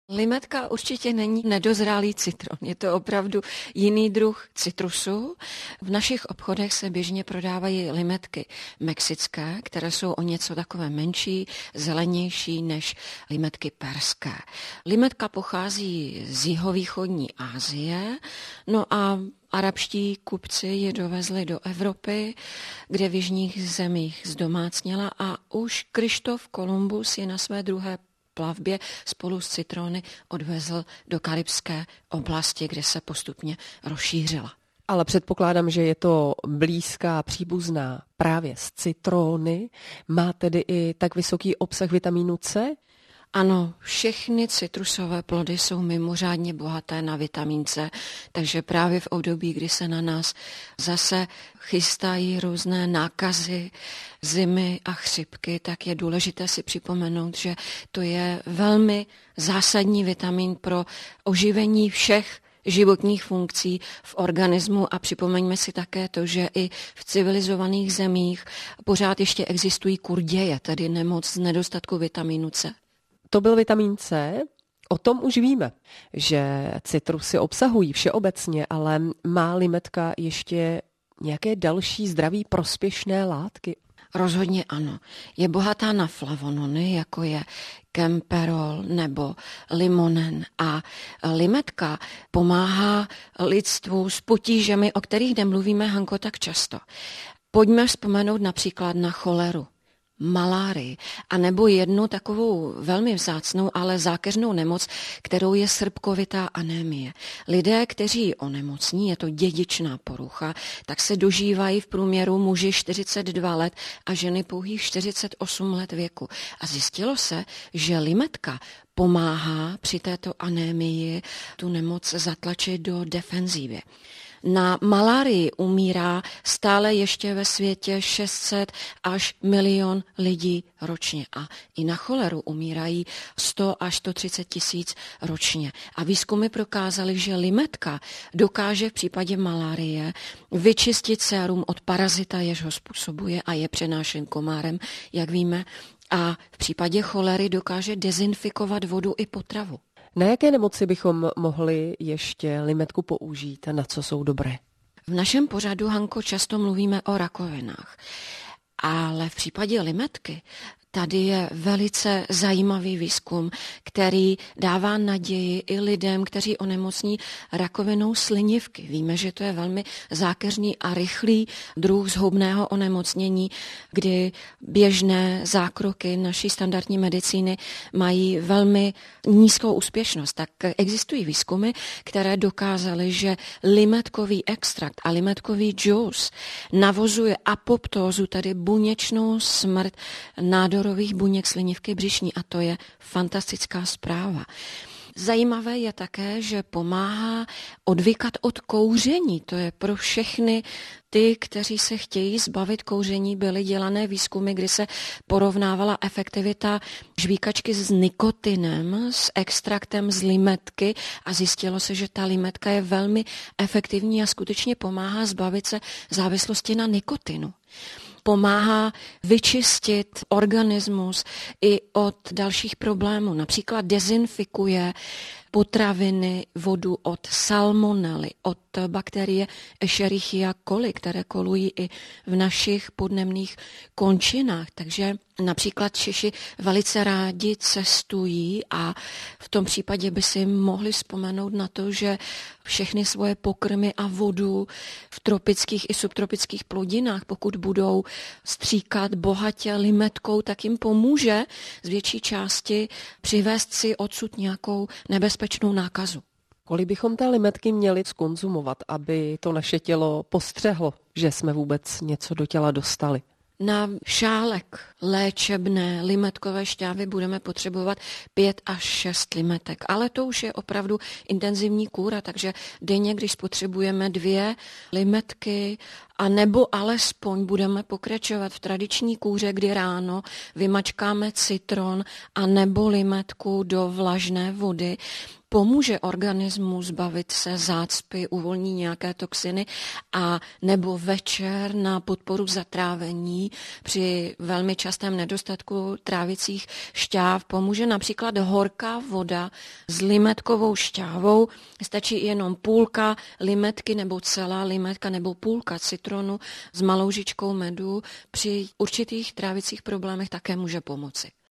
Limetka určitě není nedozrálý citron, je to opravdu jiný druh citrusu. V našich obchodech se běžně prodávají limetky mexické, které jsou o něco takové menší, zelenější než limetky perské. Limetka pochází z jihovýchodní Asie, no a arabští kupci ji dovezli do Evropy, kde v jižních zemích zdomácněla a už Kryštof Kolumbus je na své druhé plavbě spolu s citrony odvezl do karibské oblasti, kde se postupně rozšířila. Ale předpokládám, že je to blízká příbuzná právě z citrony. Má tedy i tak vysoký obsah vitamínu C? Ano, všechny citrusové plody jsou mimořádně bohaté na vitamin C, takže právě v období, kdy se na nás zase chystají různé nákazy, zimy a chřipky, tak je důležité si připomenout, že to je velmi zásadní vitamin pro oživení všech životních funkcí v organismu a připomeňme si také to, že i v civilizovaných zemích pořád ještě existují kurděje, tedy nemoc z nedostatku vitaminu C. To byl vitamin C. O tom už víme, že citrusy obsahují všeobecně, ale má limetka ještě nějaké další zdraví prospěšné látky? Rozhodně ano. Je bohatá na flavonony, jako je kemperol nebo limonen a limetka pomáhá lidstvu s potížemi, o kterých nemluvíme, Hanko, tak často. Pojďme vzpomenout například na choleru, malárii a nebo jednu takovou velmi vzácnou, ale zákeřnou nemoc, kterou je srpkovitá anémie. Lidé, kteří onemocní, je to dědičná porucha, tak se dožívají v průměru muži 42 let a ženy pouhých 48 let věku. A zjistilo se, že limetka pomáhá při této anémii tu nemoc zatlačit do defenzívy. Na malárii umírá stále ještě ve světě 600 až 1 milion lidí ročně a i na choleru umírají 100 až 130 tisíc ročně. A výzkumy prokázaly, že limetka dokáže v případě malárie vyčistit sérum od parazita, jež ho způsobuje a je přenášen komárem, jak víme, a v případě cholery dokáže dezinfikovat vodu i potravu. Na jaké nemoci bychom mohli ještě limetku použít a na co jsou dobré? V našem pořadu, Hanko, často mluvíme o rakovinách, ale v případě limetky tady je velice zajímavý výzkum, který dává naději i lidem, kteří onemocní rakovinou slinivky. Víme, že to je velmi zákeřný a rychlý druh zhoubného onemocnění, kdy běžné zákroky naší standardní medicíny mají velmi nízkou úspěšnost. Tak existují výzkumy, které dokázaly, že limetkový extrakt a limetkový džus navozuje apoptózu, tedy buněčnou smrt nádorových buněk slinivky břišní a to je fantastická zpráva. Zajímavé je také, že pomáhá odvykat od kouření. To je pro všechny ty, kteří se chtějí zbavit kouření, byly dělané výzkumy, kdy se porovnávala efektivita žvíkačky s nikotinem, s extraktem z limetky a zjistilo se, že ta limetka je velmi efektivní a skutečně pomáhá zbavit se závislosti na nikotinu. Pomáhá vyčistit organismus i od dalších problémů. Například dezinfikuje potraviny, vodu od salmonely, od bakterie Escherichia coli, které kolují i v našich podnebných končinách. Takže například Češi velice rádi cestují a v tom případě by si mohli vzpomenout na to, že všechny svoje pokrmy a vodu v tropických i subtropických plodinách, pokud budou stříkat bohatě limetkou, tak jim pomůže z větší části přivést si odsud nějakou nebezpečnou nákazu. Kolik bychom té limetky měli zkonzumovat, aby to naše tělo postřehlo, že jsme vůbec něco do těla dostali? Na šálek léčebné limetkové šťávy budeme potřebovat 5 až 6 limetek, ale to už je opravdu intenzivní kůra, takže denně, když spotřebujeme 2 limetky, a nebo alespoň budeme pokračovat v tradiční kůře, kdy ráno vymačkáme citron a nebo limetku do vlažné vody, pomůže organismu zbavit se zácpy, uvolní nějaké toxiny a nebo večer na podporu zatrávení při velmi častém nedostatku trávicích šťáv pomůže například horká voda s limetkovou šťávou. Stačí jenom půlka limetky nebo celá limetka nebo půlka citronu s malou žičkou medu. Při určitých trávicích problémech také může pomoci.